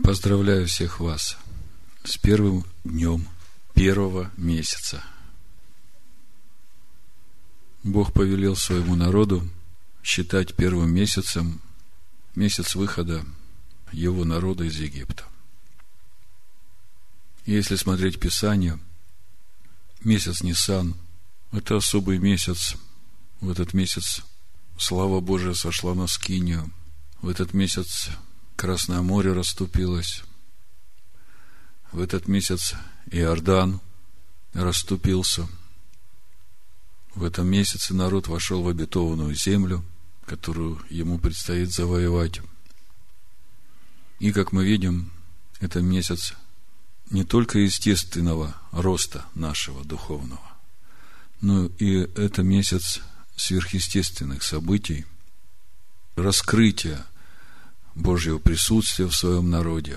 Поздравляю всех вас с первым днем первого месяца. Бог повелел своему народу считать первым месяцем месяц выхода его народа из Египта. И если смотреть Писание, месяц Нисан – это особый месяц. В этот месяц слава Божия сошла на скинию. В этот месяц Красное море расступилось. В этот месяц Иордан расступился. В этом месяце народ вошел в обетованную землю, которую ему предстоит завоевать. И, как мы видим, это месяц не только естественного роста нашего духовного, но и это месяц сверхъестественных событий, раскрытия Божьего присутствия в своем народе.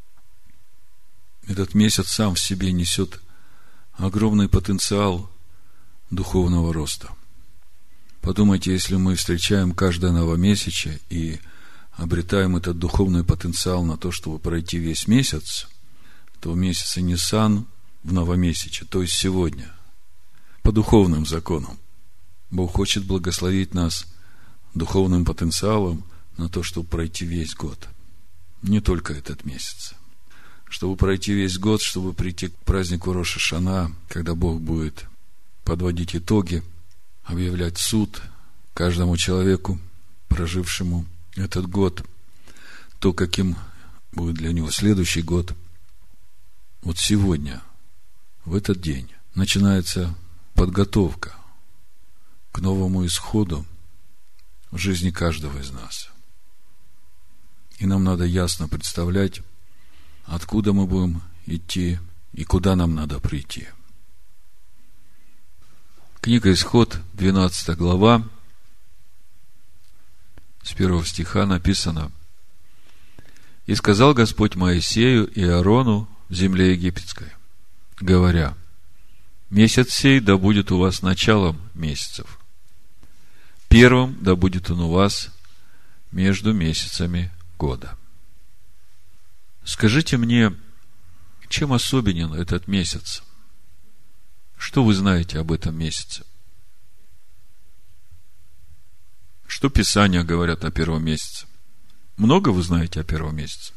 Этот месяц сам в себе несет огромный потенциал духовного роста. Подумайте, если мы встречаем каждое новомесячие и обретаем этот духовный потенциал на то, чтобы пройти весь месяц, то в месяце Нисан, в новомесячие, то есть сегодня, по духовным законам, Бог хочет благословить нас духовным потенциалом на то, чтобы пройти весь год. Не только этот месяц. Чтобы пройти весь год, чтобы прийти к празднику Рош ха-Шана, когда Бог будет подводить итоги, объявлять суд каждому человеку, прожившему этот год, то, каким будет для него следующий год. Вот сегодня, в этот день, начинается подготовка к новому исходу в жизни каждого из нас. И нам надо ясно представлять, откуда мы будем идти и куда нам надо прийти. Книга Исход, 12 глава, с 1 стиха написано: «И сказал Господь Моисею и Аарону в земле египетской, говоря: месяц сей да будет у вас началом месяцев, первым да будет он у вас между месяцами года». Скажите мне, чем особенен этот месяц? Что вы знаете об этом месяце? Что Писания говорят о первом месяце? Много вы знаете о первом месяце?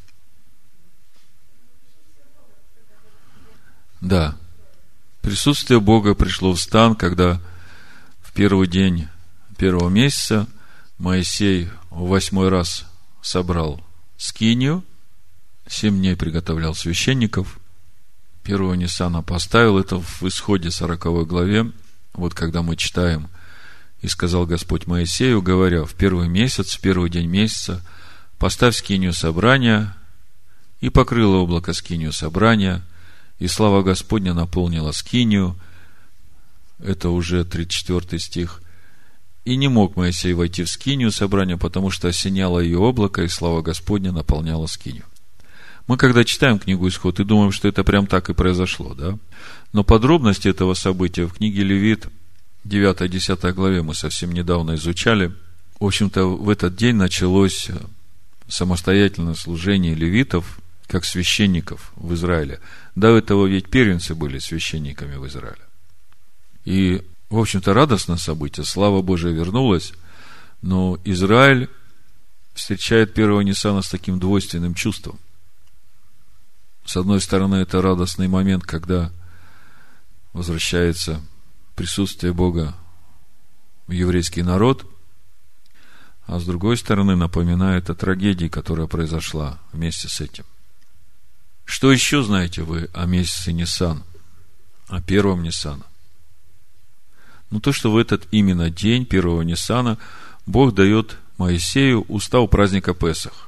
Да. Присутствие Бога пришло в стан, когда в первый день первого месяца Моисей в 8-й раз собрал скинию, 7 дней приготовлял священников, 1 Нисана поставил. Это в Исходе 40 главе, вот когда мы читаем: «И сказал Господь Моисею, говоря: в первый месяц, в первый день месяца, поставь скинию собрания, и покрыло облако скинию собрания, и слава Господня наполнила скинию». Это уже 34 стих. «И не мог Моисей войти в скинию собрания, потому что осеняло ее облако, и слава Господня наполняла скинию». Мы, когда читаем книгу Исход, и думаем, что это прям так и произошло, да? Но подробности этого события в книге Левит, 9-10 главе, мы совсем недавно изучали. В общем-то, в этот день началось самостоятельное служение левитов, как священников в Израиле. До этого ведь первенцы были священниками в Израиле. И, в общем-то, радостное событие, слава Божия вернулась, но Израиль встречает первого Нисана с таким двойственным чувством. С одной стороны, это радостный момент, когда возвращается присутствие Бога в еврейский народ, а с другой стороны, напоминает о трагедии, которая произошла вместе с этим. Что еще знаете вы о месяце Нисан, о первом Нисана? То, что в этот именно день первого Нисана Бог дает Моисею устав праздника Песах.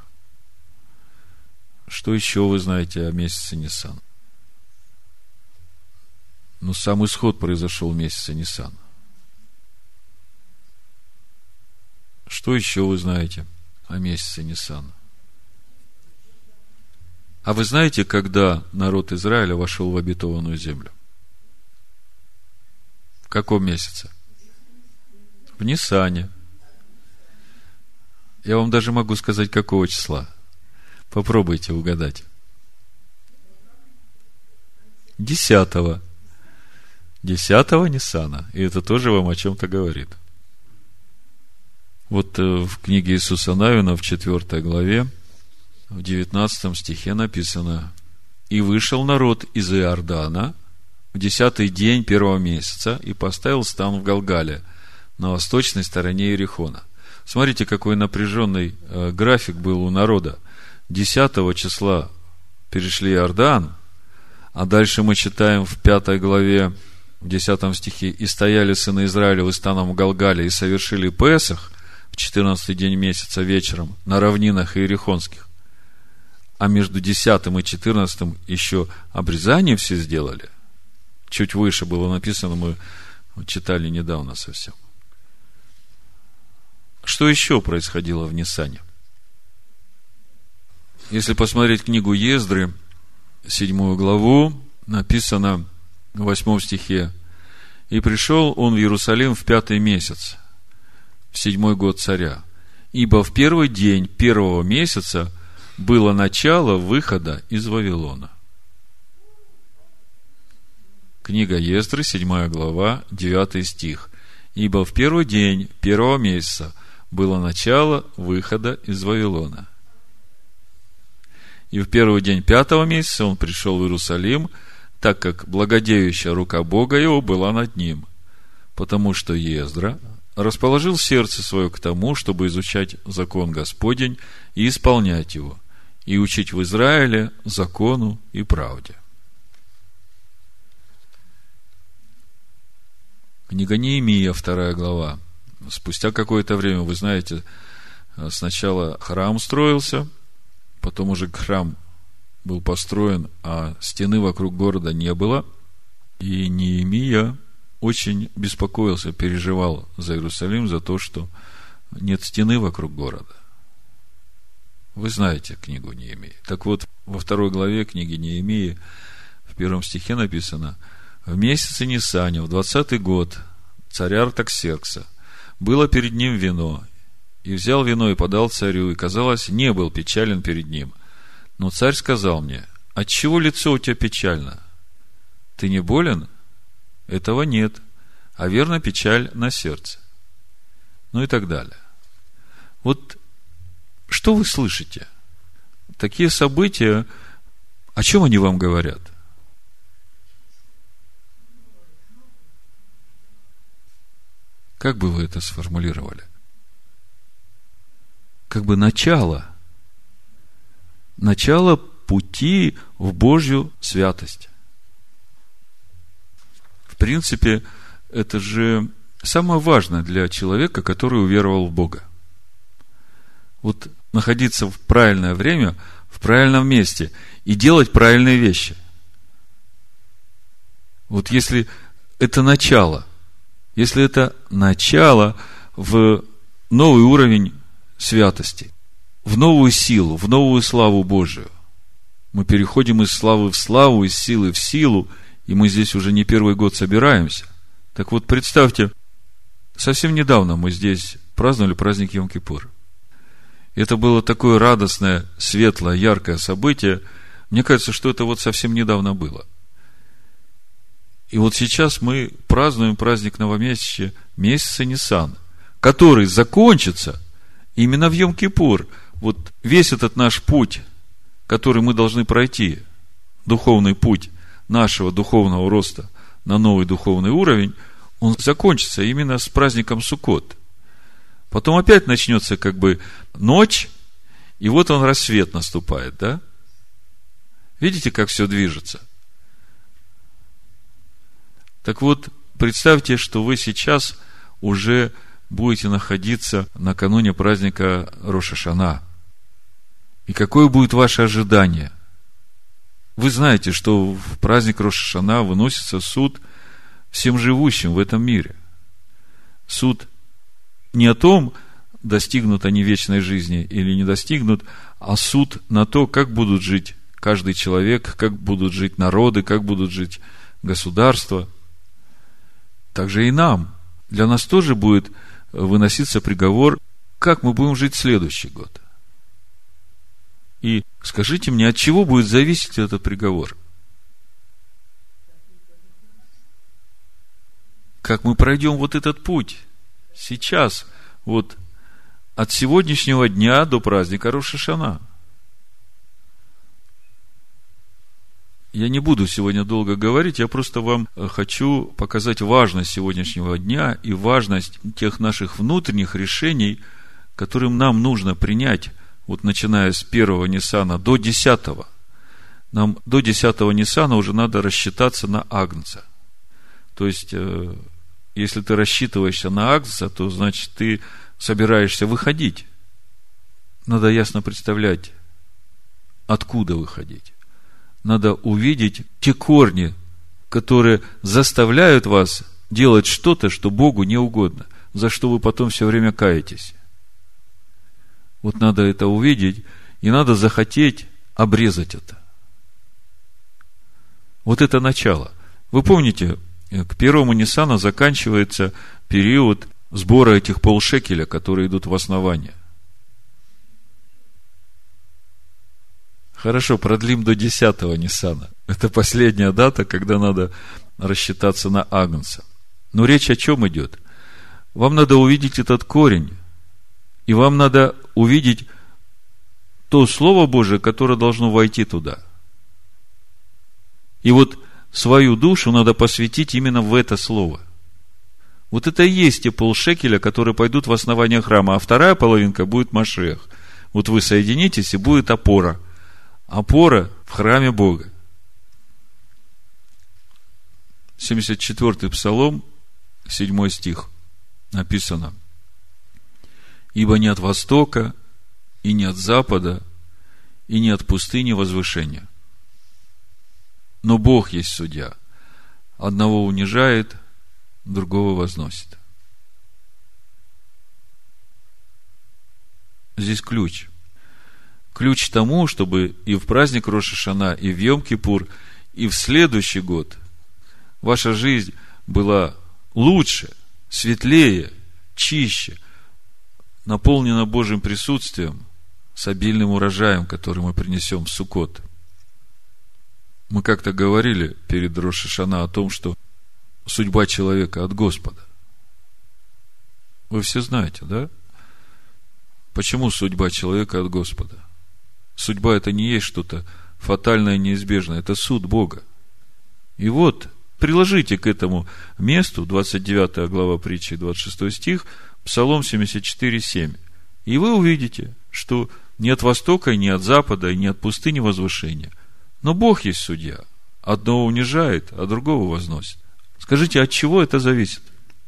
Что еще вы знаете о месяце Нисан? Сам исход произошел в месяце Нисан. Что еще вы знаете о месяце Нисан? А вы знаете, когда народ Израиля вошел в обетованную землю? В каком месяце? В Нисане. Я вам даже могу сказать, какого числа. Попробуйте угадать. 10-го Ниссана. И это тоже вам о чем-то говорит. Вот в книге Иисуса Навина в 4 главе, в 19 стихе написано: «И вышел народ из Иордана в 10-й день 1-го месяца и поставил стан в Галгале, на восточной стороне Иерихона». Смотрите, какой напряженный график был у народа. 10 числа перешли Иордан, а дальше мы читаем в 5 главе, в 10 стихе: «И стояли сыны Израилевы станом в Галгале и совершили Песах в 14-й день месяца вечером на равнинах Иерихонских». А между 10 и 14 еще обрезание все сделали. Чуть выше было написано, мы читали недавно совсем. Что еще происходило в Ниссане? Если посмотреть книгу Ездры, 7 главу, написано в 8 стихе: «И пришел он в Иерусалим в 5-й месяц, в 7-й год царя, ибо в 1-й день 1-го месяца было начало выхода из Вавилона». Книга Ездры, 7 глава, 9 стих. «Ибо в 1-й день 1-го месяца было начало выхода из Вавилона. И в 1-й день 5-го месяца он пришел в Иерусалим, так как благодеющая рука Бога его была над ним, потому что Ездра расположил сердце свое к тому, чтобы изучать закон Господень и исполнять его, и учить в Израиле закону и правде». Книга Неемия, 2 глава. Спустя какое-то время, вы знаете, сначала храм строился, потом уже храм был построен, а стены вокруг города не было. И Неемия очень беспокоился, переживал за Иерусалим, за то, что нет стены вокруг города. Вы знаете книгу Неемии. Так вот, во 2 главе книги Неемии, в 1 стихе написано: «В месяце Ниссане, в 20-й год царя Артаксеркса, было перед ним вино, и взял вино и подал царю, и, казалось, не был печален перед ним. Но царь сказал мне: отчего лицо у тебя печально? Ты не болен? Этого нет, а верно печаль на сердце». Ну и так далее. Вот что вы слышите? Такие события, о чем они вам говорят? Как бы вы это сформулировали? Как бы начало пути в Божью святость. В принципе, это же самое важное для человека, который уверовал в Бога. Вот находиться в правильное время, в правильном месте и делать правильные вещи. Вот если это начало в новый уровень святости, в новую силу, в новую славу Божию. Мы переходим из славы в славу, из силы в силу, и мы здесь уже не 1-й год собираемся. Так вот, представьте, совсем недавно мы здесь праздновали праздник Йом-Кипур. Это было такое радостное, светлое, яркое событие. Мне кажется, что это вот совсем недавно было. И вот сейчас мы празднуем праздник новомесяча, месяца Ниссан, который закончится именно в Йом-Кипур. Вот весь этот наш путь, который мы должны пройти, духовный путь нашего духовного роста на новый духовный уровень, он закончится именно с праздником Суккот. Потом опять начнется как бы ночь, и вот он рассвет наступает, да? Видите, как все движется? Так вот, представьте, что вы сейчас уже будете находиться накануне праздника Рош ха-Шана. И какое будет ваше ожидание? Вы знаете, что в праздник Рош ха-Шана выносится суд всем живущим в этом мире. Суд не о том, достигнут они вечной жизни или не достигнут, а суд на то, как будут жить каждый человек, как будут жить народы, как будут жить государства. Также и нам. Для нас тоже будет выноситься приговор, как мы будем жить следующий год. И скажите мне, от чего будет зависеть этот приговор? Как мы пройдем вот этот путь сейчас, вот от сегодняшнего дня до праздника Рош ха-Шана. Я не буду сегодня долго говорить, я просто вам хочу показать важность сегодняшнего дня и важность тех наших внутренних решений, которым нам нужно принять, вот начиная с 1-го Ниссана до 10-го. Нам до 10-го Ниссана уже надо рассчитаться на Агнца. То есть, если ты рассчитываешься на Агнца, то значит ты собираешься выходить. Надо ясно представлять, откуда выходить. Надо увидеть те корни, которые заставляют вас делать что-то, что Богу не угодно, за что вы потом все время каетесь. Вот надо это увидеть, и надо захотеть обрезать это. Вот это начало. Вы помните, к 1-му Ниссана заканчивается период сбора этих полшекеля, которые идут в основание. Хорошо, продлим до 10-го Ниссана. Это последняя дата, когда надо рассчитаться на Агнца. Но речь о чем идет? Вам надо увидеть этот корень, и вам надо увидеть то Слово Божие, которое должно войти туда. И вот свою душу надо посвятить именно в это Слово. Вот это и есть те полшекеля, которые пойдут в основание храма, а вторая половинка будет Машиах. Вот вы соединитесь, и будет опора. Опора в храме Бога. 74-й Псалом, 7 стих, написано: «Ибо не от востока, и не от запада, и не от пустыни возвышения. Но Бог есть судья. Одного унижает, другого возносит». Здесь ключ. Ключ к тому, чтобы и в праздник Рош ха-Шана, и в Йом-Кипур, и в следующий год ваша жизнь была лучше, светлее, чище, наполнена Божьим присутствием, с обильным урожаем, который мы принесем в Суккот. Мы как-то говорили перед Рош ха-Шана о том, что судьба человека от Господа. Вы все знаете, да? Почему судьба человека от Господа? Судьба – это не есть что-то фатальное, неизбежное. Это суд Бога. И вот, приложите к этому месту, 29 глава притчи, 26 стих, Псалом 74, 7. И вы увидите, что ни от востока, ни от запада, и ни от пустыни возвышения. Но Бог есть судья. Одного унижает, а другого возносит. Скажите, от чего это зависит?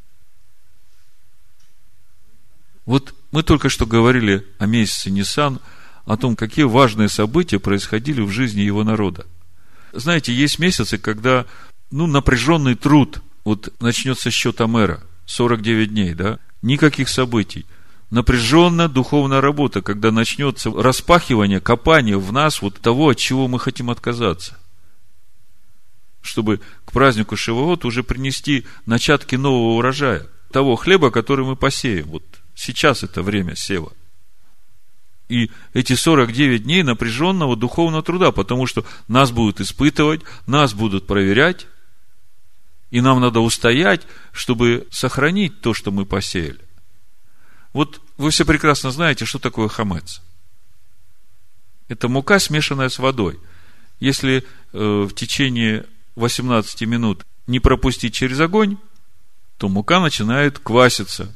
Вот мы только что говорили о месяце Ниссан, о том, какие важные события происходили в жизни его народа. Знаете, есть месяцы, когда напряженный труд, вот начнется счет Омера, 49 дней, да, никаких событий. Напряженная духовная работа, когда начнется распахивание, копание в нас вот того, от чего мы хотим отказаться. Чтобы к празднику Шивоот уже принести начатки нового урожая, того хлеба, который мы посеем. Вот сейчас это время сева. И эти 49 дней напряженного духовного труда, потому что нас будут испытывать, нас будут проверять, и нам надо устоять, чтобы сохранить то, что мы посеяли. Вот вы все прекрасно знаете, что такое хамец. Это мука, смешанная с водой. Если в течение 18 минут не пропустить через огонь, то мука начинает кваситься.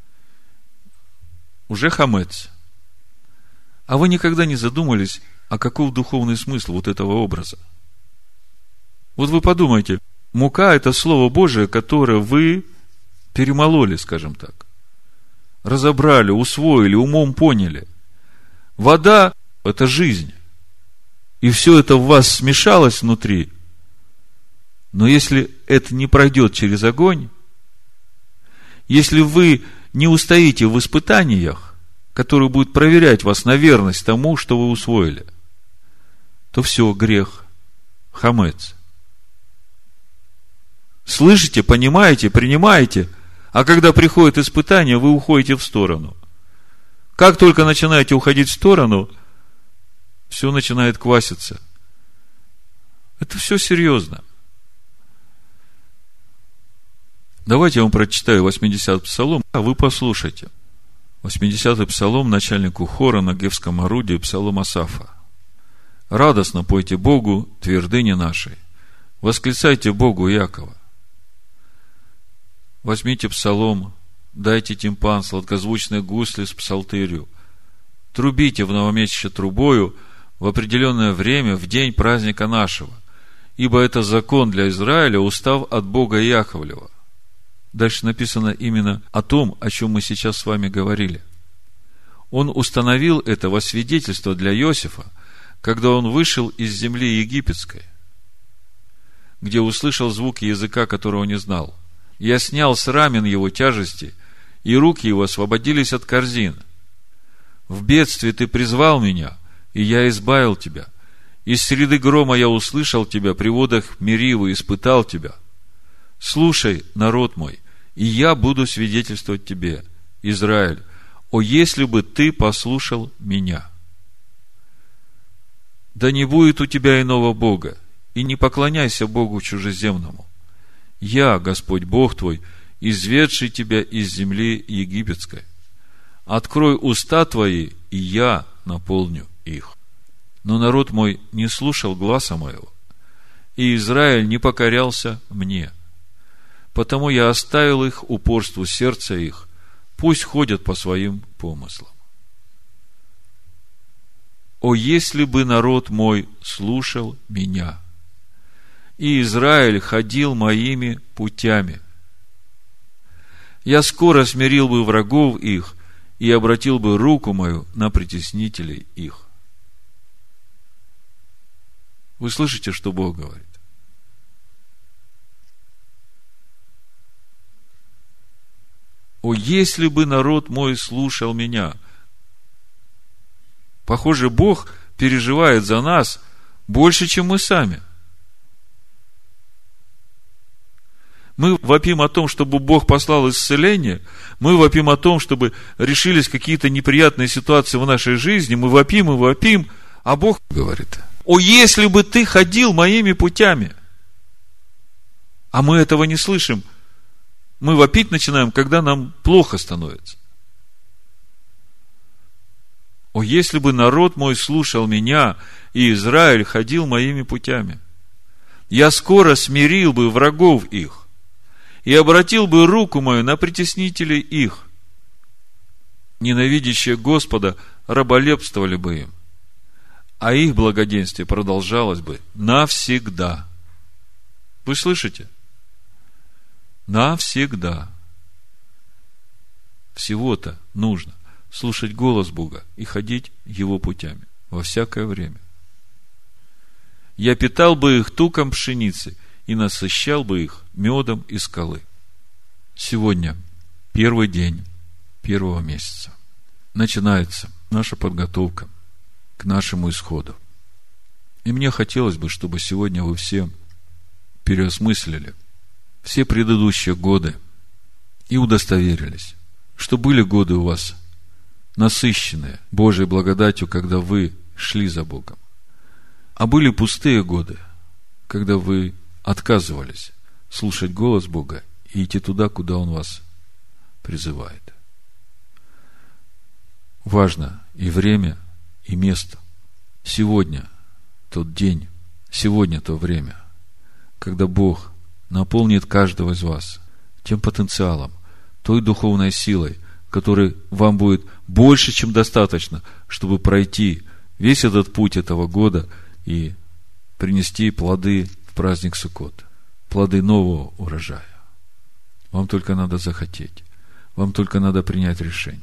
Уже хамец. А вы никогда не задумались, а каков духовный смысл вот этого образа? Вот вы подумайте, мука – это Слово Божие, которое вы перемололи, скажем так. Разобрали, усвоили, умом поняли. Вода – это жизнь. И все это в вас смешалось внутри. Но если это не пройдет через огонь, если вы не устоите в испытаниях, который будет проверять вас на верность тому, что вы усвоили, то все, грех, хамец. Слышите, понимаете, принимаете, а когда приходит испытание, вы уходите в сторону. Как только начинаете уходить в сторону, все начинает кваситься. Это все серьезно. Давайте я вам прочитаю 80-й псалом, а вы послушайте. 80-й псалом начальнику хора на гевском орудии, псалом Асафа. «Радостно пойте Богу, твердыне нашей, восклицайте Богу Иакова». Возьмите псалом, дайте тимпан, сладкозвучные гусли с псалтырью, трубите в новомесячье трубою в определенное время в день праздника нашего, ибо это закон для Израиля, устав от Бога Иаковлева. Дальше написано именно о том, о чем мы сейчас с вами говорили. Он установил это во свидетельство для Иосифа, когда он вышел из земли египетской, где услышал звук языка, которого не знал. Я снял с рамен его тяжести, и руки его освободились от корзин. В бедствии ты призвал меня, и я избавил тебя. Из среды грома я услышал тебя, при водах Меривы испытал тебя. Слушай, народ мой, и я буду свидетельствовать тебе, Израиль, о, если бы ты послушал меня. Да не будет у тебя иного Бога, и не поклоняйся Богу чужеземному. Я, Господь Бог твой, изведший тебя из земли египетской. Открой уста твои, и я наполню их. Но народ мой не слушал гласа моего, и Израиль не покорялся мне. Потому я оставил их упорству сердца их, пусть ходят по своим помыслам. О, если бы народ мой слушал меня, и Израиль ходил моими путями, я скоро смирил бы врагов их и обратил бы руку мою на притеснителей их. Вы слышите, что Бог говорит? О, если бы народ мой слушал меня! Похоже, Бог переживает за нас больше, чем мы сами. Мы вопим о том, чтобы Бог послал исцеление, мы вопим о том, чтобы решились какие-то неприятные ситуации в нашей жизни, мы вопим и вопим, а Бог говорит: о, если бы ты ходил моими путями! А мы этого не слышим. Мы вопить начинаем, когда нам плохо становится. О, если бы народ мой слушал меня, и Израиль ходил моими путями! Я скоро смирил бы врагов их, и обратил бы руку мою на притеснителей их. Ненавидящие Господа раболепствовали бы им, а их благоденствие продолжалось бы навсегда. Вы слышите? Навсегда. Всего-то нужно слушать голос Бога и ходить Его путями во всякое время. Я питал бы их туком пшеницы и насыщал бы их медом из скалы. Сегодня первый день первого месяца. Начинается наша подготовка к нашему исходу. И мне хотелось бы, чтобы сегодня вы все переосмыслили все предыдущие годы и удостоверились, что были годы у вас насыщенные Божьей благодатью, когда вы шли за Богом, а были пустые годы, когда вы отказывались слушать голос Бога и идти туда, куда Он вас призывает. Важно и время, и место. Сегодня тот день, сегодня то время, когда Бог наполнит каждого из вас тем потенциалом, той духовной силой, которой вам будет больше, чем достаточно, чтобы пройти весь этот путь этого года и принести плоды в праздник Суккот, плоды нового урожая. Вам только надо захотеть, вам только надо принять решение.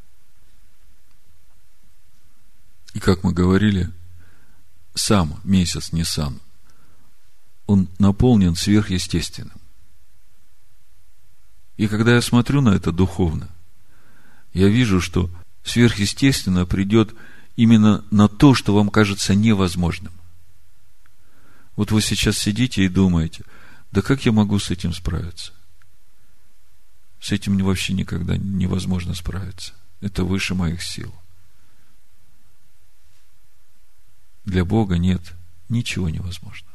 И как мы говорили, сам месяц Нисан, он наполнен сверхъестественным. И когда я смотрю на это духовно, я вижу, что сверхъестественно придет именно на то, что вам кажется невозможным. Вот вы сейчас сидите и думаете: да как я могу с этим справиться? С этим вообще никогда невозможно справиться. Это выше моих сил. Для Бога нет ничего невозможного.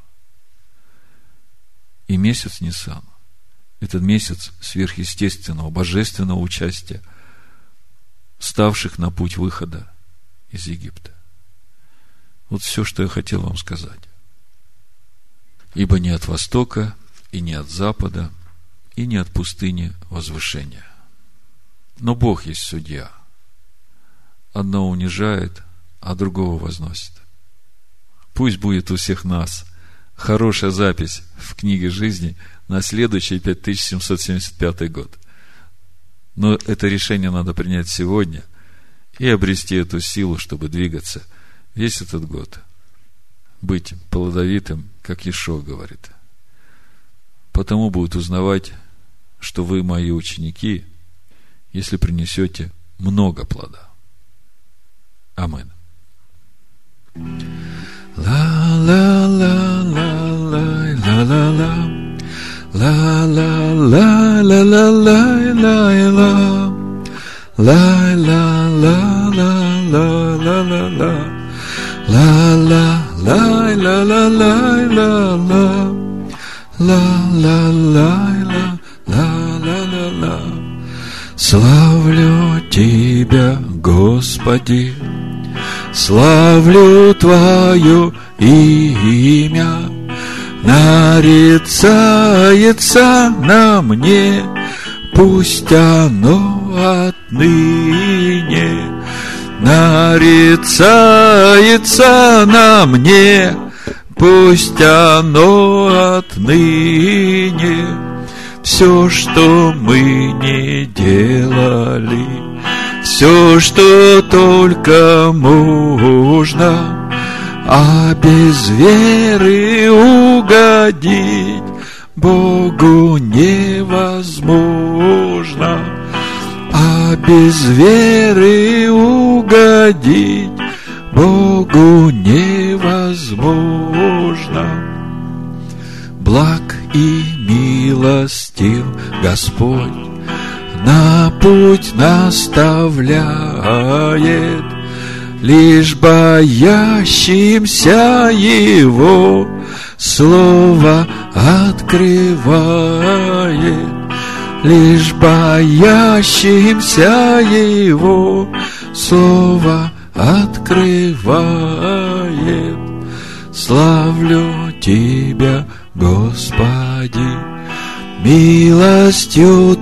И месяц Нисан – это месяц сверхъестественного, божественного участия, ставших на путь выхода из Египта. Вот все, что я хотел вам сказать. Ибо не от востока, и не от запада, и не от пустыни возвышения. Но Бог есть судья. Одного унижает, а другого возносит. Пусть будет у всех нас хорошая запись в книге жизни на следующий 5775 год. Но это решение надо принять сегодня и обрести эту силу, чтобы двигаться весь этот год. Быть плодовитым, как Иешуа говорит. Потому будут узнавать, что вы мои ученики, если принесете много плода. Амин. Славлю Тебя, Господи, славлю Твое имя, нарицается на мне, пусть оно отныне. Нарицается на мне, пусть оно отныне. Все, что мы не делали, все, что только можно, а без веры угодить Богу невозможно. А без веры угодить Богу невозможно. Благ и милостив Господь на путь наставляет, лишь боящимся Его слово открывает. Лишь боящимся Его слово открывает. Славлю Тебя, Господи, милостью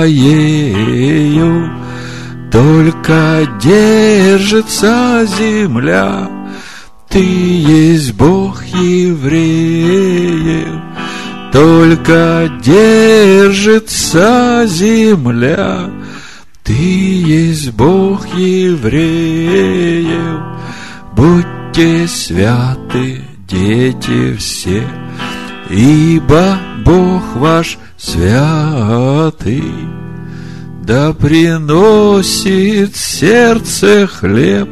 Твоею только держится земля. Ты есть Бог евреев, только держится земля. Ты есть Бог евреев. Будьте святы, дети все, ибо Бог ваш святый. Да приносит сердце хлеб,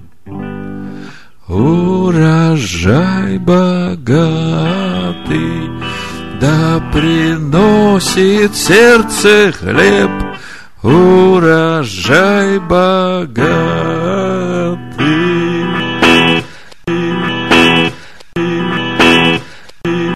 урожай богатый. Да приносит сердце хлеб, урожай богатый.